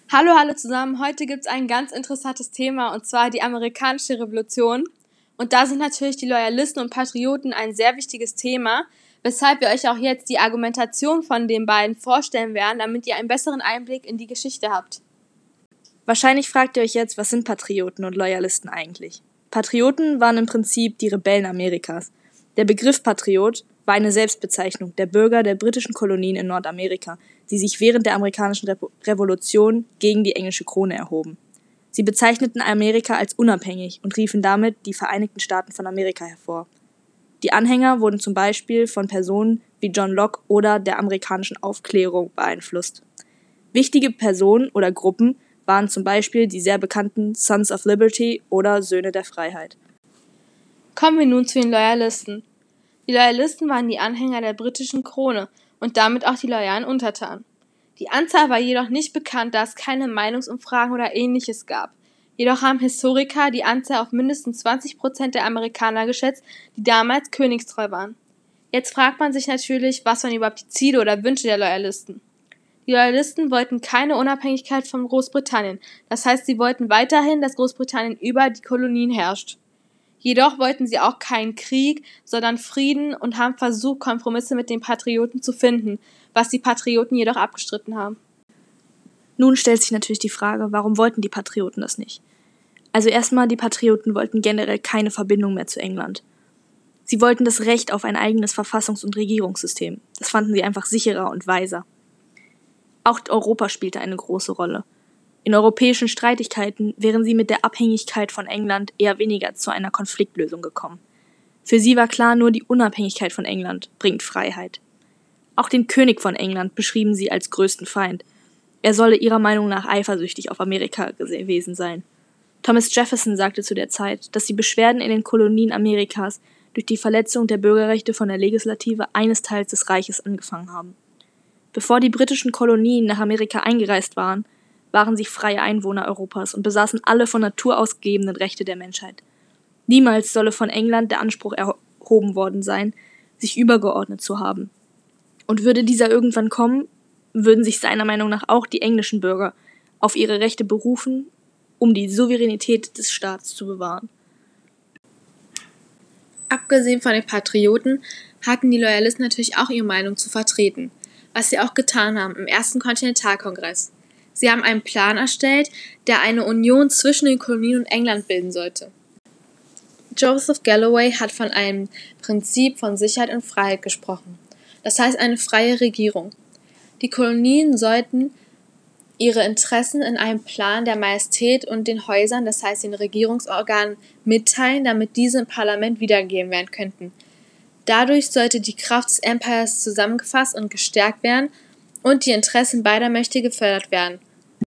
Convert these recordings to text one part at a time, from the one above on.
Hallo, hallo zusammen. Heute gibt es ein ganz interessantes Thema, und zwar die amerikanische Revolution. Und da sind natürlich die Loyalisten und Patrioten ein sehr wichtiges Thema, weshalb wir euch auch jetzt die Argumentation von den beiden vorstellen werden, damit ihr einen besseren Einblick in die Geschichte habt. Wahrscheinlich fragt ihr euch jetzt, was sind Patrioten und Loyalisten eigentlich? Patrioten waren im Prinzip die Rebellen Amerikas. Der Begriff Patriot war eine Selbstbezeichnung der Bürger der britischen Kolonien in Nordamerika, die sich während der amerikanischen Revolution gegen die englische Krone erhoben. Sie bezeichneten Amerika als unabhängig und riefen damit die Vereinigten Staaten von Amerika hervor. Die Anhänger wurden zum Beispiel von Personen wie John Locke oder der amerikanischen Aufklärung beeinflusst. Wichtige Personen oder Gruppen waren zum Beispiel die sehr bekannten Sons of Liberty oder Söhne der Freiheit. Kommen wir nun zu den Loyalisten. Die Loyalisten waren die Anhänger der britischen Krone und damit auch die loyalen Untertanen. Die Anzahl war jedoch nicht bekannt, da es keine Meinungsumfragen oder Ähnliches gab. Jedoch haben Historiker die Anzahl auf mindestens 20% der Amerikaner geschätzt, die damals königstreu waren. Jetzt fragt man sich natürlich, was waren überhaupt die Ziele oder Wünsche der Loyalisten? Die Loyalisten wollten keine Unabhängigkeit von Großbritannien, das heißt, sie wollten weiterhin, dass Großbritannien über die Kolonien herrscht. Jedoch wollten sie auch keinen Krieg, sondern Frieden und haben versucht, Kompromisse mit den Patrioten zu finden, was die Patrioten jedoch abgestritten haben. Nun stellt sich natürlich die Frage, warum wollten die Patrioten das nicht? Also erstmal, die Patrioten wollten generell keine Verbindung mehr zu England. Sie wollten das Recht auf ein eigenes Verfassungs- und Regierungssystem. Das fanden sie einfach sicherer und weiser. Auch Europa spielte eine große Rolle. In europäischen Streitigkeiten wären sie mit der Abhängigkeit von England eher weniger zu einer Konfliktlösung gekommen. Für sie war klar, nur die Unabhängigkeit von England bringt Freiheit. Auch den König von England beschrieben sie als größten Feind. Er solle ihrer Meinung nach eifersüchtig auf Amerika gewesen sein. Thomas Jefferson sagte zu der Zeit, dass die Beschwerden in den Kolonien Amerikas durch die Verletzung der Bürgerrechte von der Legislative eines Teils des Reiches angefangen haben. Bevor die britischen Kolonien nach Amerika eingereist waren sie freie Einwohner Europas und besaßen alle von Natur aus gegebenen Rechte der Menschheit. Niemals solle von England der Anspruch erhoben worden sein, sich übergeordnet zu haben. Und würde dieser irgendwann kommen, würden sich seiner Meinung nach auch die englischen Bürger auf ihre Rechte berufen, um die Souveränität des Staates zu bewahren. Abgesehen von den Patrioten hatten die Loyalisten natürlich auch ihre Meinung zu vertreten, was sie auch getan haben im ersten Kontinentalkongress. Sie haben einen Plan erstellt, der eine Union zwischen den Kolonien und England bilden sollte. Joseph Galloway hat von einem Prinzip von Sicherheit und Freiheit gesprochen, das heißt eine freie Regierung. Die Kolonien sollten ihre Interessen in einem Plan der Majestät und den Häusern, das heißt den Regierungsorganen, mitteilen, damit diese im Parlament wiedergegeben werden könnten. Dadurch sollte die Kraft des Empires zusammengefasst und gestärkt werden und die Interessen beider Mächte gefördert werden.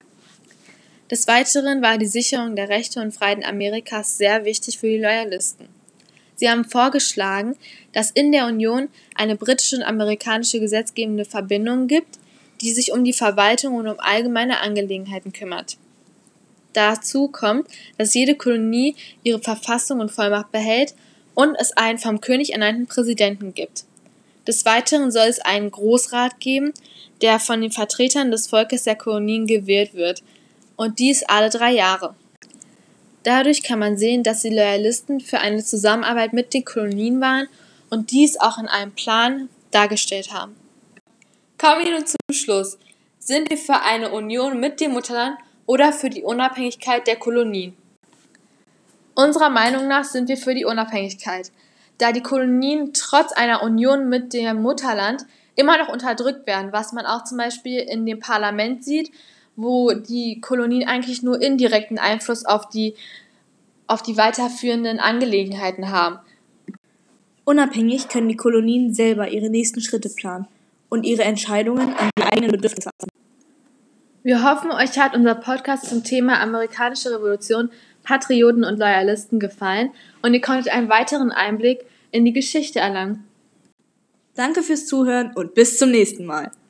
Des Weiteren war die Sicherung der Rechte und Freiheiten Amerikas sehr wichtig für die Loyalisten. Sie haben vorgeschlagen, dass in der Union eine britische und amerikanische gesetzgebende Verbindung gibt, die sich um die Verwaltung und um allgemeine Angelegenheiten kümmert. Dazu kommt, dass jede Kolonie ihre Verfassung und Vollmacht behält und es einen vom König ernannten Präsidenten gibt. Des Weiteren soll es einen Großrat geben, der von den Vertretern des Volkes der Kolonien gewählt wird, und dies alle 3 Jahre. Dadurch kann man sehen, dass die Loyalisten für eine Zusammenarbeit mit den Kolonien waren und dies auch in einem Plan dargestellt haben. Kommen wir nun zum Schluss. Sind wir für eine Union mit dem Mutterland oder für die Unabhängigkeit der Kolonien? Unserer Meinung nach sind wir für die Unabhängigkeit, da die Kolonien trotz einer Union mit dem Mutterland immer noch unterdrückt werden, was man auch zum Beispiel in dem Parlament sieht, wo die Kolonien eigentlich nur indirekten Einfluss auf die weiterführenden Angelegenheiten haben. Unabhängig können die Kolonien selber ihre nächsten Schritte planen und ihre Entscheidungen an die eigenen Bedürfnisse anpassen. Wir hoffen, euch hat unser Podcast zum Thema amerikanische Revolution, Patrioten und Loyalisten gefallen und ihr konntet einen weiteren Einblick in die Geschichte erlangen. Danke fürs Zuhören und bis zum nächsten Mal.